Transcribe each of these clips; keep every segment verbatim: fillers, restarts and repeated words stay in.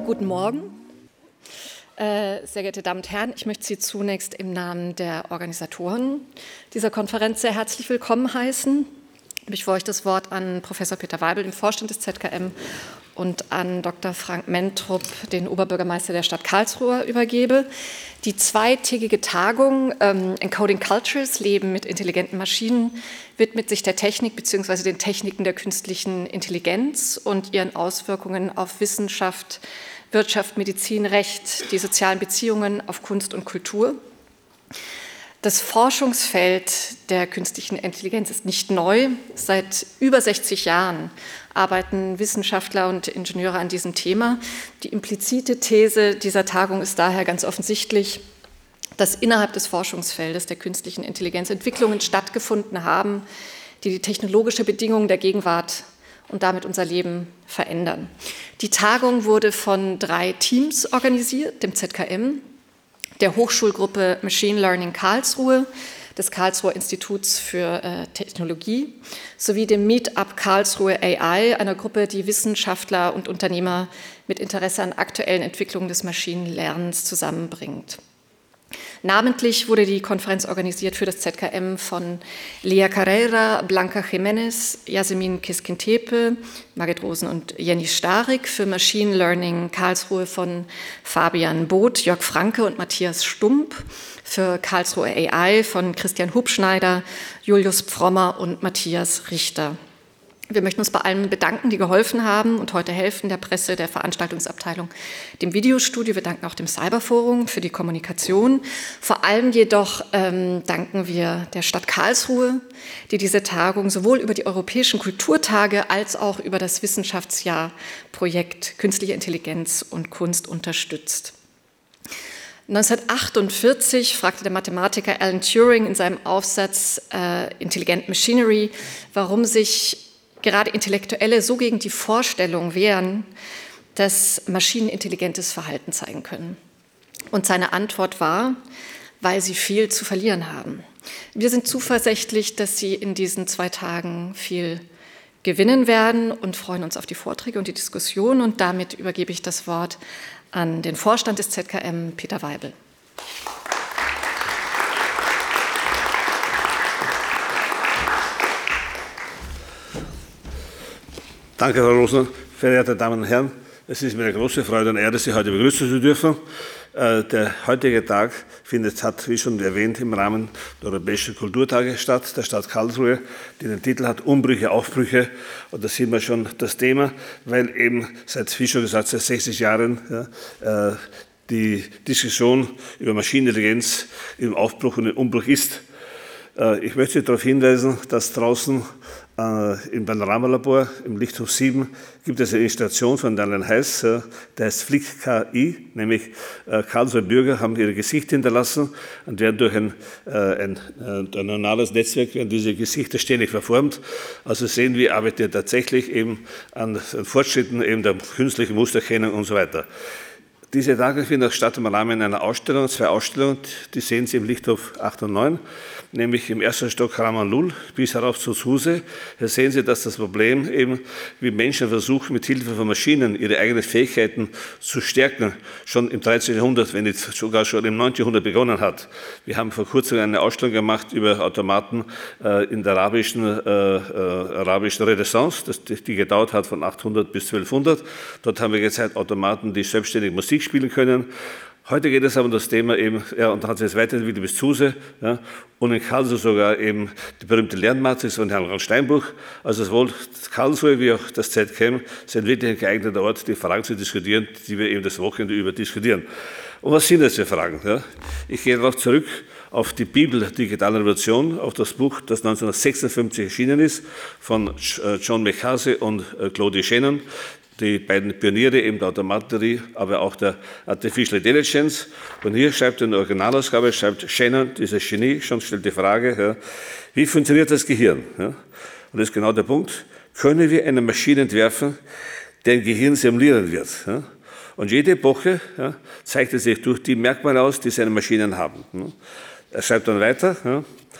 Guten Morgen, äh, sehr geehrte Damen und Herren. Ich möchte Sie zunächst im Namen der Organisatoren dieser Konferenz sehr herzlich willkommen heißen. Bevor ich das Wort an Professor Peter Weibel, den Vorstand des Z K M, und an Doktor Frank Mentrup, den Oberbürgermeister der Stadt Karlsruhe, übergebe. Die zweitägige Tagung ähm, Encoding Cultures, Leben mit intelligenten Maschinen, widmet sich der Technik bzw. den Techniken der künstlichen Intelligenz und ihren Auswirkungen auf Wissenschaft, Wirtschaft, Medizin, Recht, die sozialen Beziehungen, auf Kunst und Kultur. Das Forschungsfeld der künstlichen Intelligenz ist nicht neu. Seit über sechzig Jahren arbeiten Wissenschaftler und Ingenieure an diesem Thema. Die implizite These dieser Tagung ist daher ganz offensichtlich, dass innerhalb des Forschungsfeldes der künstlichen Intelligenz Entwicklungen stattgefunden haben, die die technologische Bedingungen der Gegenwart und damit unser Leben verändern. Die Tagung wurde von drei Teams organisiert, dem Z K M, der Hochschulgruppe Machine Learning Karlsruhe, des Karlsruher Instituts für äh, Technologie, sowie dem Meetup Karlsruhe A I, einer Gruppe, die Wissenschaftler und Unternehmer mit Interesse an aktuellen Entwicklungen des Maschinenlernens zusammenbringt. Namentlich wurde die Konferenz organisiert für das Z K M von Lea Carrera, Blanca Jiménez, Yasemin Kiskintepe, Margit Rosen und Jenny Starik, für Machine Learning Karlsruhe von Fabian Both, Jörg Franke und Matthias Stump, für Karlsruhe A I von Christian Hubschneider, Julius Pfrommer und Matthias Richter. Wir möchten uns bei allen bedanken, die geholfen haben und heute helfen, der Presse, der Veranstaltungsabteilung, dem Videostudio. Wir danken auch dem Cyberforum für die Kommunikation. Vor allem jedoch ähm, danken wir der Stadt Karlsruhe, die diese Tagung sowohl über die Europäischen Kulturtage als auch über das Wissenschaftsjahrprojekt Künstliche Intelligenz und Kunst unterstützt. neunzehnhundertachtundvierzig fragte der Mathematiker Alan Turing in seinem Aufsatz äh, Intelligent Machinery, warum sich gerade Intellektuelle so gegen die Vorstellung wehren, dass Maschinen intelligentes Verhalten zeigen können. Und seine Antwort war, weil sie viel zu verlieren haben. Wir sind zuversichtlich, dass sie in diesen zwei Tagen viel gewinnen werden und freuen uns auf die Vorträge und die Diskussion. Und damit übergebe ich das Wort an den Vorstand des Z K M, Peter Weibel. Danke, Frau Rosner. Verehrte Damen und Herren, es ist mir eine große Freude und Ehre, Sie heute begrüßen zu dürfen. Der heutige Tag findet, hat, wie schon erwähnt, im Rahmen der Europäischen Kulturtage statt, der Stadt Karlsruhe, die den Titel hat Umbrüche, Aufbrüche. Und da sehen wir schon das Thema, weil eben seit, wie schon gesagt, seit sechzig Jahren ja, die Diskussion über Maschinenintelligenz im Aufbruch und im Umbruch ist. Ich möchte darauf hinweisen, dass draußen äh, im Panoramalabor im Lichthof sieben gibt es eine Installation von Daniel Heiß, äh, der heißt Flick K I, nämlich äh, Karlsruher Bürger haben ihre Gesichter hinterlassen und werden durch ein, äh, ein, ein neuronales Netzwerk werden diese Gesichter ständig verformt. Also sehen wir, arbeitet tatsächlich eben an, an Fortschritten eben der künstlichen Mustererkennung und so weiter. Diese Tage finden auch statt im Rahmen einer Ausstellung, zwei Ausstellungen, die sehen Sie im Lichthof acht und neun, nämlich im ersten Stock Raman-Lul bis herauf zu Suse. Hier sehen Sie, dass das Problem eben, wie Menschen versuchen, mit Hilfe von Maschinen ihre eigenen Fähigkeiten zu stärken, schon im dreizehnten Jahrhundert, wenn nicht sogar schon im neunzehnten Jahrhundert begonnen hat. Wir haben vor kurzem eine Ausstellung gemacht über Automaten äh, in der arabischen, äh, äh, arabischen Renaissance, das, die gedauert hat von achthundert bis zwölfhundert. Dort haben wir gezeigt Automaten, die selbstständig Musik spielen können. Heute geht es aber um das Thema eben, ja, und dann hat sich das weiterentwickelt bis Zuse, ja, und in Karlsruhe sogar eben die berühmte Lernmatrix von Herrn Steinbuch. Also sowohl Karlsruhe wie auch das Z K M sind wirklich ein geeigneter Ort, die Fragen zu diskutieren, die wir eben das Wochenende über diskutieren. Und was sind das für Fragen? Ja? Ich gehe darauf zurück, auf die Bibel der digitalen Revolution, auf das Buch, das neunzehnhundertsechsundfünfzig erschienen ist, von John McCarthy und Claude Shannon. Die beiden Pioniere eben der Automatentheorie, aber auch der Artificial Intelligence. Und hier schreibt in der Originalausgabe, schreibt Shannon, dieser Genie, schon stellt die Frage, ja, wie funktioniert das Gehirn? Ja? Und das ist genau der Punkt. Können wir eine Maschine entwerfen, deren Gehirn simulieren wird? Ja? Und jede Epoche ja, zeichnet sich durch die Merkmale aus, die seine Maschinen haben. Ja? Er schreibt dann weiter, ja,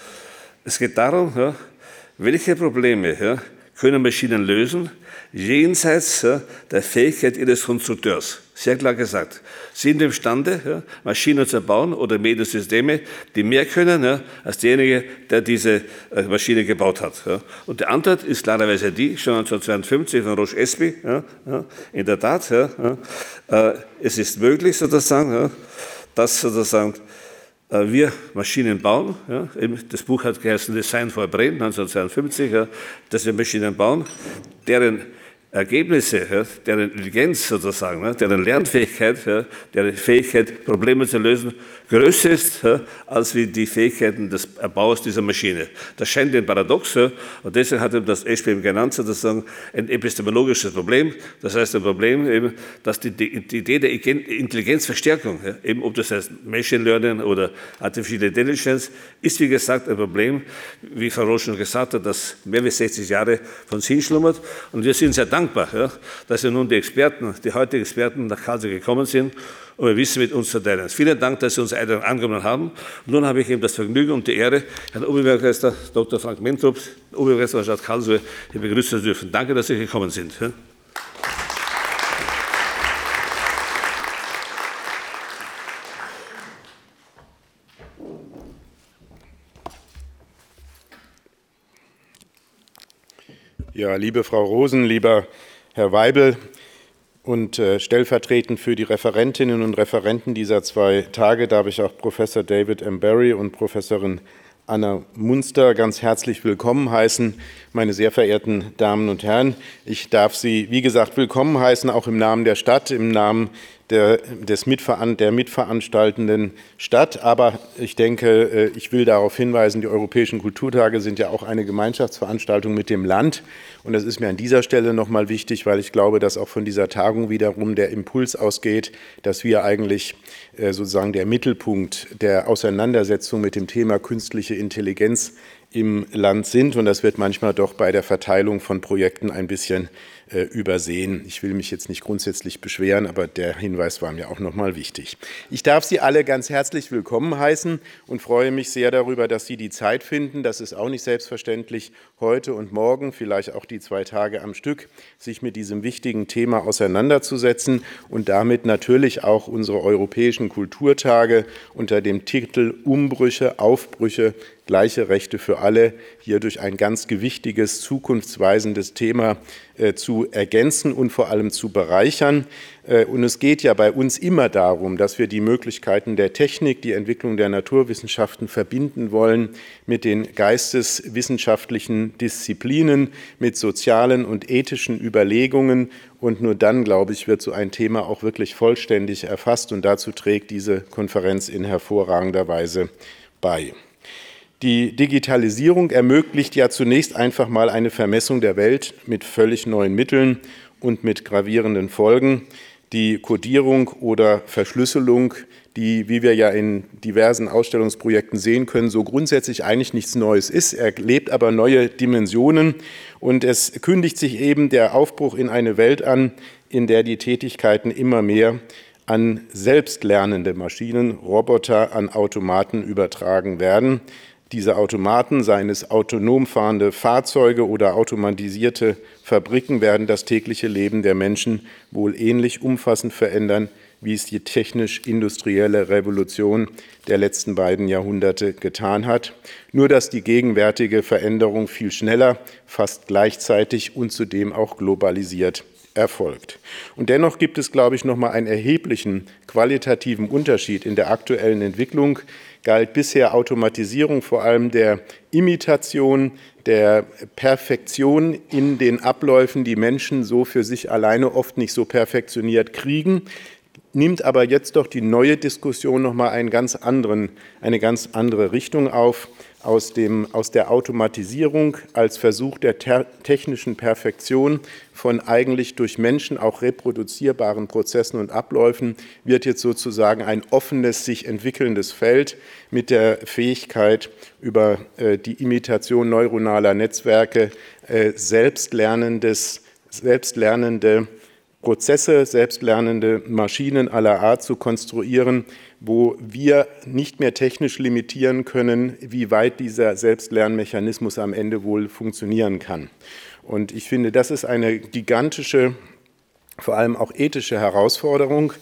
es geht darum, ja, welche Probleme ja, können Maschinen lösen, jenseits ja, der Fähigkeit ihres Konstrukteurs. sehr klar gesagt, sind imstande, ja, Maschinen zu bauen oder Mediensysteme, die mehr können, ja, als derjenige, der diese äh, Maschine gebaut hat. Ja. Und die Antwort ist klarerweise die, schon neunzehnhundertzweiundfünfzig von Roche Espy, ja, ja, in der Tat, ja, ja, äh, es ist möglich sozusagen, ja, dass sozusagen äh, wir Maschinen bauen, ja, das Buch hat geheißen Design for Brain, neunzehnhundertzweiundfünfzig, ja, dass wir Maschinen bauen, deren Ergebnisse, ja, deren Intelligenz sozusagen, ja, deren Lernfähigkeit, ja, deren Fähigkeit, Probleme zu lösen, größer ist, ja, als wie die Fähigkeiten des Erbauers dieser Maschine. Das scheint ein Paradox, ja, und deswegen hat er das Espy genannt, sozusagen ein epistemologisches Problem. Das heißt ein Problem, eben, dass die, die, die Idee der Intelligenzverstärkung, ja, eben ob das heißt Machine Learning oder Artificial Intelligence, ist wie gesagt ein Problem, wie Frau Roth schon gesagt hat, das mehr als sechzig Jahre von sich schlummert. Und wir sind sehr dankbar, ja, dass ja nun die Experten, die heutigen Experten nach Karlsruhe gekommen sind, um ihr Wissen mit uns zu teilen. Vielen Dank, dass Sie uns Einladung angenommen haben. Und nun habe ich eben das Vergnügen und die Ehre, Herrn Oberbürgermeister Doktor Frank Mentrup, Oberbürgermeister der Stadt Karlsruhe, hier begrüßen zu dürfen. Danke, dass Sie gekommen sind. Ja. Ja, liebe Frau Rosen, lieber Herr Weibel und äh, stellvertretend für die Referentinnen und Referenten dieser zwei Tage darf ich auch Professor David M. Barry und Professorin Anna Munster ganz herzlich willkommen heißen. Meine sehr verehrten Damen und Herren, ich darf Sie, wie gesagt, willkommen heißen, auch im Namen der Stadt, im Namen der, des Mitveran der mitveranstaltenden Stadt. Aber ich denke, ich will darauf hinweisen, die Europäischen Kulturtage sind ja auch eine Gemeinschaftsveranstaltung mit dem Land. Und das ist mir an dieser Stelle nochmal wichtig, weil ich glaube, dass auch von dieser Tagung wiederum der Impuls ausgeht, dass wir eigentlich sozusagen der Mittelpunkt der Auseinandersetzung mit dem Thema künstliche Intelligenz im Land sind. Und das wird manchmal doch bei der Verteilung von Projekten ein bisschen äh, übersehen. Ich will mich jetzt nicht grundsätzlich beschweren, aber der Hinweis war mir auch nochmal wichtig. Ich darf Sie alle ganz herzlich willkommen heißen und freue mich sehr darüber, dass Sie die Zeit finden. Das ist auch nicht selbstverständlich, heute und morgen, vielleicht auch die zwei Tage am Stück, sich mit diesem wichtigen Thema auseinanderzusetzen und damit natürlich auch unsere europäischen Kulturtage unter dem Titel Umbrüche, Aufbrüche, gleiche Rechte für alle hier durch ein ganz gewichtiges, zukunftsweisendes Thema äh, zu ergänzen und vor allem zu bereichern. Äh, und es geht ja bei uns immer darum, dass wir die Möglichkeiten der Technik, die Entwicklung der Naturwissenschaften verbinden wollen mit den geisteswissenschaftlichen Disziplinen, mit sozialen und ethischen Überlegungen. Und nur dann, glaube ich, wird so ein Thema auch wirklich vollständig erfasst. Und dazu trägt diese Konferenz in hervorragender Weise bei. Die Digitalisierung ermöglicht ja zunächst einfach mal eine Vermessung der Welt mit völlig neuen Mitteln und mit gravierenden Folgen. Die Kodierung oder Verschlüsselung, die, wie wir ja in diversen Ausstellungsprojekten sehen können, so grundsätzlich eigentlich nichts Neues ist, erlebt aber neue Dimensionen und es kündigt sich eben der Aufbruch in eine Welt an, in der die Tätigkeiten immer mehr an selbstlernende Maschinen, Roboter, an Automaten übertragen werden. Diese Automaten, seien es autonom fahrende Fahrzeuge oder automatisierte Fabriken, werden das tägliche Leben der Menschen wohl ähnlich umfassend verändern, wie es die technisch-industrielle Revolution der letzten beiden Jahrhunderte getan hat. Nur dass die gegenwärtige Veränderung viel schneller, fast gleichzeitig und zudem auch globalisiert erfolgt. Und dennoch gibt es, glaube ich, noch mal einen erheblichen qualitativen Unterschied in der aktuellen Entwicklung. Galt bisher Automatisierung vor allem der Imitation, der Perfektion in den Abläufen, die Menschen so für sich alleine oft nicht so perfektioniert kriegen, nimmt aber jetzt doch die neue Diskussion noch mal einen ganz anderen, eine ganz andere Richtung auf. Aus, dem, aus der Automatisierung als Versuch der technischen Perfektion von eigentlich durch Menschen auch reproduzierbaren Prozessen und Abläufen wird jetzt sozusagen ein offenes, sich entwickelndes Feld mit der Fähigkeit, über äh, die Imitation neuronaler Netzwerke äh, selbstlernendes, selbstlernende Prozesse, selbstlernende Maschinen aller Art zu konstruieren, wo wir nicht mehr technisch limitieren können, wie weit dieser Selbstlernmechanismus am Ende wohl funktionieren kann. Und ich finde, das ist eine gigantische vor allem auch ethische Herausforderung.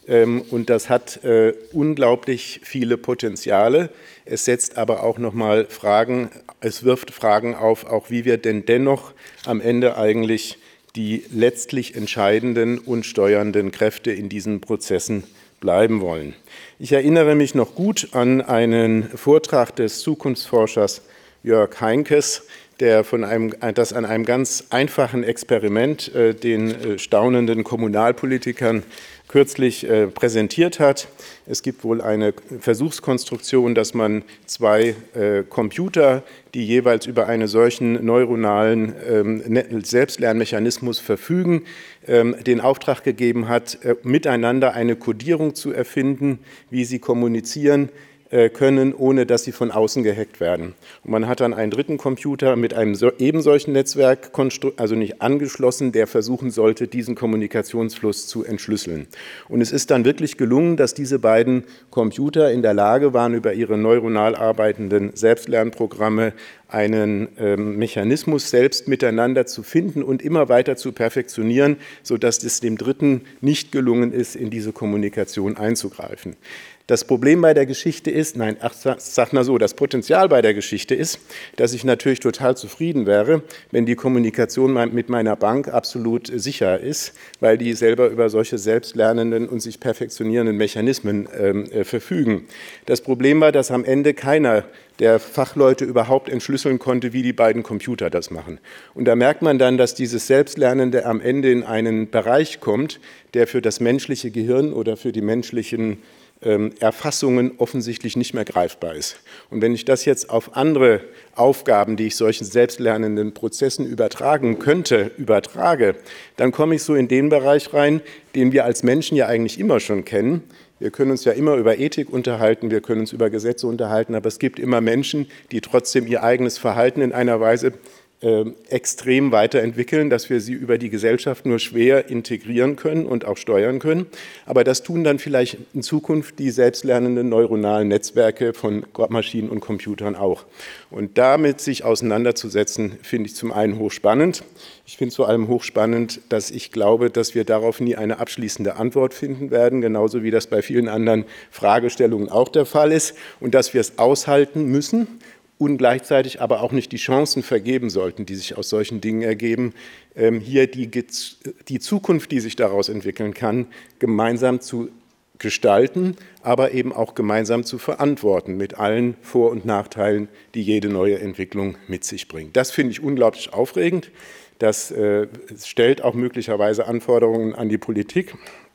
Und das hat äh, unglaublich viele Potenziale. Es setzt aber auch nochmal Fragen, es wirft Fragen auf, auch wie wir denn dennoch am Ende eigentlich die letztlich entscheidenden und steuernden Kräfte in diesen Prozessen bleiben wollen. Ich erinnere mich noch gut an einen Vortrag des Zukunftsforschers Jörg Heinkes, der von einem, das an einem ganz einfachen Experiment äh, den äh, staunenden Kommunalpolitikern kürzlich äh, präsentiert hat. Es gibt wohl eine Versuchskonstruktion, dass man zwei äh, Computer, die jeweils über einen solchen neuronalen ähm, Selbstlernmechanismus verfügen, ähm, den Auftrag gegeben hat, äh, miteinander eine Kodierung zu erfinden, wie sie kommunizieren können, ohne dass sie von außen gehackt werden. Und man hat dann einen dritten Computer mit einem so, eben solchen Netzwerk, also nicht angeschlossen, der versuchen sollte, diesen Kommunikationsfluss zu entschlüsseln. Und es ist dann wirklich gelungen, dass diese beiden Computer in der Lage waren, über ihre neuronal arbeitenden Selbstlernprogramme einen ähm, Mechanismus selbst miteinander zu finden und immer weiter zu perfektionieren, sodass es dem Dritten nicht gelungen ist, in diese Kommunikation einzugreifen. Das Problem bei der Geschichte ist, nein, ach, sag mal so, das Potenzial bei der Geschichte ist, dass ich natürlich total zufrieden wäre, wenn die Kommunikation mit meiner Bank absolut sicher ist, weil die selber über solche selbstlernenden und sich perfektionierenden Mechanismen äh, verfügen. Das Problem war, dass am Ende keiner der Fachleute überhaupt entschlüsseln konnte, wie die beiden Computer das machen. Und da merkt man dann, dass dieses Selbstlernende am Ende in einen Bereich kommt, der für das menschliche Gehirn oder für die menschlichen Erfassungen offensichtlich nicht mehr greifbar ist. Und wenn ich das jetzt auf andere Aufgaben, die ich solchen selbstlernenden Prozessen übertragen könnte, übertrage, dann komme ich so in den Bereich rein, den wir als Menschen ja eigentlich immer schon kennen. Wir können uns ja immer über Ethik unterhalten, wir können uns über Gesetze unterhalten, aber es gibt immer Menschen, die trotzdem ihr eigenes Verhalten in einer Weise äh, extrem weiterentwickeln, dass wir sie über die Gesellschaft nur schwer integrieren können und auch steuern können. Aber das tun dann vielleicht in Zukunft die selbstlernenden neuronalen Netzwerke von Maschinen und Computern auch. Und damit sich auseinanderzusetzen, finde ich zum einen hochspannend. Ich finde es vor allem hochspannend, dass ich glaube, dass wir darauf nie eine abschließende Antwort finden werden, genauso wie das bei vielen anderen Fragestellungen auch der Fall ist, und dass wir es aushalten müssen und gleichzeitig aber auch nicht die Chancen vergeben sollten, die sich aus solchen Dingen ergeben, hier die, die Zukunft, die sich daraus entwickeln kann, gemeinsam zu gestalten, aber eben auch gemeinsam zu verantworten mit allen Vor- und Nachteilen, die jede neue Entwicklung mit sich bringt. Das finde ich unglaublich aufregend. Das äh, stellt auch möglicherweise Anforderungen an die Politik,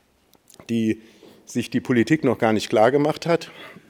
die sich die Politik noch gar nicht klar gemacht hat.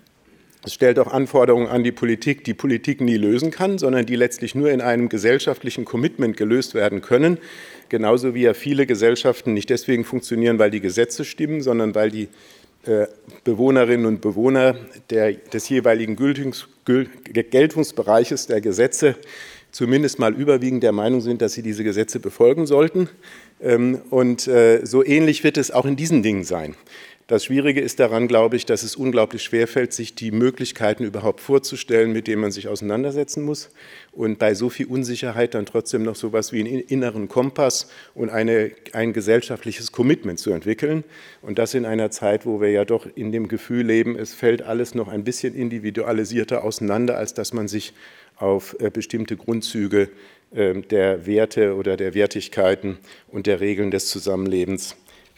Es stellt auch Anforderungen an die Politik, die Politik nie lösen kann, sondern die letztlich nur in einem gesellschaftlichen Commitment gelöst werden können. Genauso wie ja viele Gesellschaften nicht deswegen funktionieren, weil die Gesetze stimmen, sondern weil die äh, Bewohnerinnen und Bewohner der, des jeweiligen Gültungs, Gül, Geltungsbereiches der Gesetze zumindest mal überwiegend der Meinung sind, dass sie diese Gesetze befolgen sollten. Ähm, und äh, so ähnlich wird es auch in diesen Dingen sein. Das Schwierige ist daran, glaube ich, dass es unglaublich schwerfällt, sich die Möglichkeiten überhaupt vorzustellen, mit denen man sich auseinandersetzen muss. Und bei so viel Unsicherheit dann trotzdem noch so etwas wie einen inneren Kompass und eine, ein gesellschaftliches Commitment zu entwickeln. Und das in einer Zeit, wo wir ja doch in dem Gefühl leben, es fällt alles noch ein bisschen individualisierter auseinander, als dass man sich auf bestimmte Grundzüge der Werte oder der Wertigkeiten und der Regeln des Zusammenlebens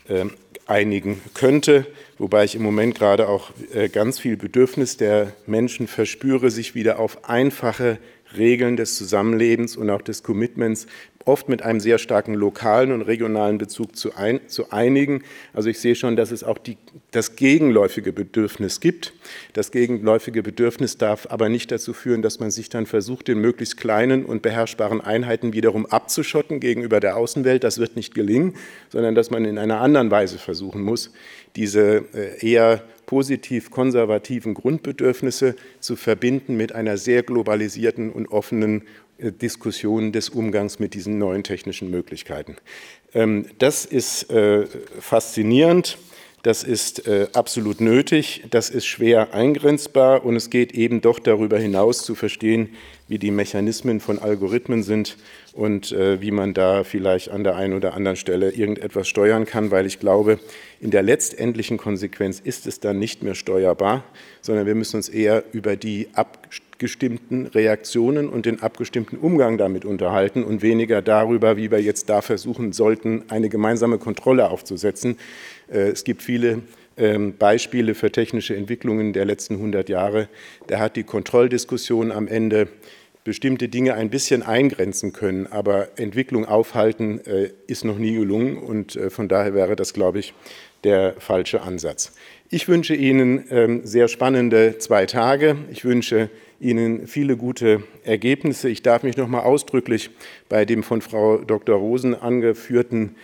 einigen könnte, wobei ich im Moment gerade auch ganz viel Bedürfnis der Menschen verspüre, sich wieder auf einfache Regeln des Zusammenlebens und auch des Commitments, oft mit einem sehr starken lokalen und regionalen Bezug zu, ein, zu einigen. Also ich sehe schon, dass es auch die, das gegenläufige Bedürfnis gibt. Das gegenläufige Bedürfnis darf aber nicht dazu führen, dass man sich dann versucht, den möglichst kleinen und beherrschbaren Einheiten wiederum abzuschotten gegenüber der Außenwelt. Das wird nicht gelingen, sondern dass man in einer anderen Weise versuchen muss, diese eher positiv konservativen Grundbedürfnisse zu verbinden mit einer sehr globalisierten und offenen Diskussion des Umgangs mit diesen neuen technischen Möglichkeiten. Das ist faszinierend. Das ist äh, absolut nötig, das ist schwer eingrenzbar und es geht eben doch darüber hinaus zu verstehen, wie die Mechanismen von Algorithmen sind und äh, wie man da vielleicht an der einen oder anderen Stelle irgendetwas steuern kann, weil ich glaube, in der letztendlichen Konsequenz ist es dann nicht mehr steuerbar, sondern wir müssen uns eher über die abgestimmten Reaktionen und den abgestimmten Umgang damit unterhalten und weniger darüber, wie wir jetzt da versuchen sollten, eine gemeinsame Kontrolle aufzusetzen. Es gibt viele Beispiele für technische Entwicklungen der letzten hundert Jahre. Da hat die Kontrolldiskussion am Ende bestimmte Dinge ein bisschen eingrenzen können, aber Entwicklung aufhalten ist noch nie gelungen und von daher wäre das, glaube ich, der falsche Ansatz. Ich wünsche Ihnen sehr spannende zwei Tage. Ich wünsche Ihnen viele gute Ergebnisse. Ich darf mich noch mal ausdrücklich bei dem von Frau Doktor Rosen angeführten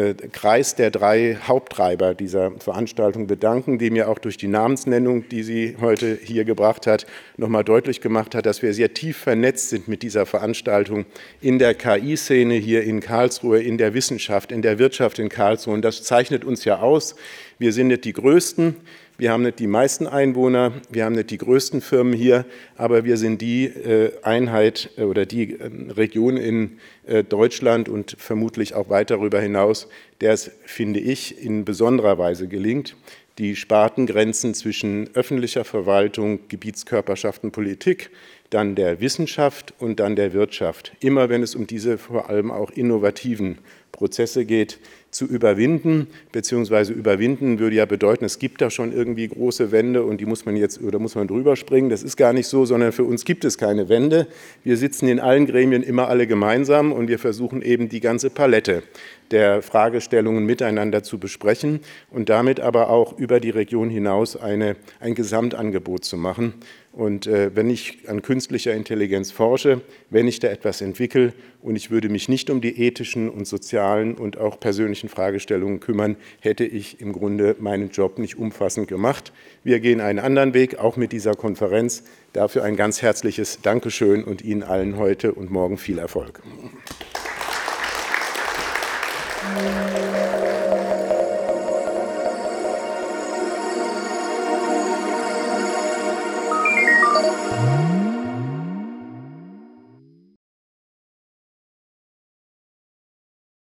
Kreis der drei Haupttreiber dieser Veranstaltung bedanken, dem ja auch durch die Namensnennung, die sie heute hier gebracht hat, nochmal deutlich gemacht hat, dass wir sehr tief vernetzt sind mit dieser Veranstaltung in der K I-Szene hier in Karlsruhe, in der Wissenschaft, in der Wirtschaft in Karlsruhe. Und das zeichnet uns ja aus. Wir sind nicht die Größten, wir haben nicht die meisten Einwohner, wir haben nicht die größten Firmen hier, aber wir sind die äh, Einheit äh, oder die äh, Region in äh, Deutschland und vermutlich auch weit darüber hinaus, der es, finde ich, in besonderer Weise gelingt, die Spartengrenzen zwischen öffentlicher Verwaltung, Gebietskörperschaften, Politik, dann der Wissenschaft und dann der Wirtschaft, immer wenn es um diese vor allem auch innovativen Prozesse geht, zu überwinden, beziehungsweise überwinden würde ja bedeuten, es gibt da schon irgendwie große Wände und die muss man jetzt oder muss man drüber springen. Das ist gar nicht so, sondern für uns gibt es keine Wände. Wir sitzen in allen Gremien immer alle gemeinsam und wir versuchen eben die ganze Palette der Fragestellungen miteinander zu besprechen und damit aber auch über die Region hinaus eine, ein Gesamtangebot zu machen. Und äh, wenn ich an künstlicher Intelligenz forsche, wenn ich da etwas entwickle und ich würde mich nicht um die ethischen und sozialen und auch persönlichen Fragestellungen kümmern, hätte ich im Grunde meinen Job nicht umfassend gemacht. Wir gehen einen anderen Weg, auch mit dieser Konferenz. Dafür ein ganz herzliches Dankeschön und Ihnen allen heute und morgen viel Erfolg. Applaus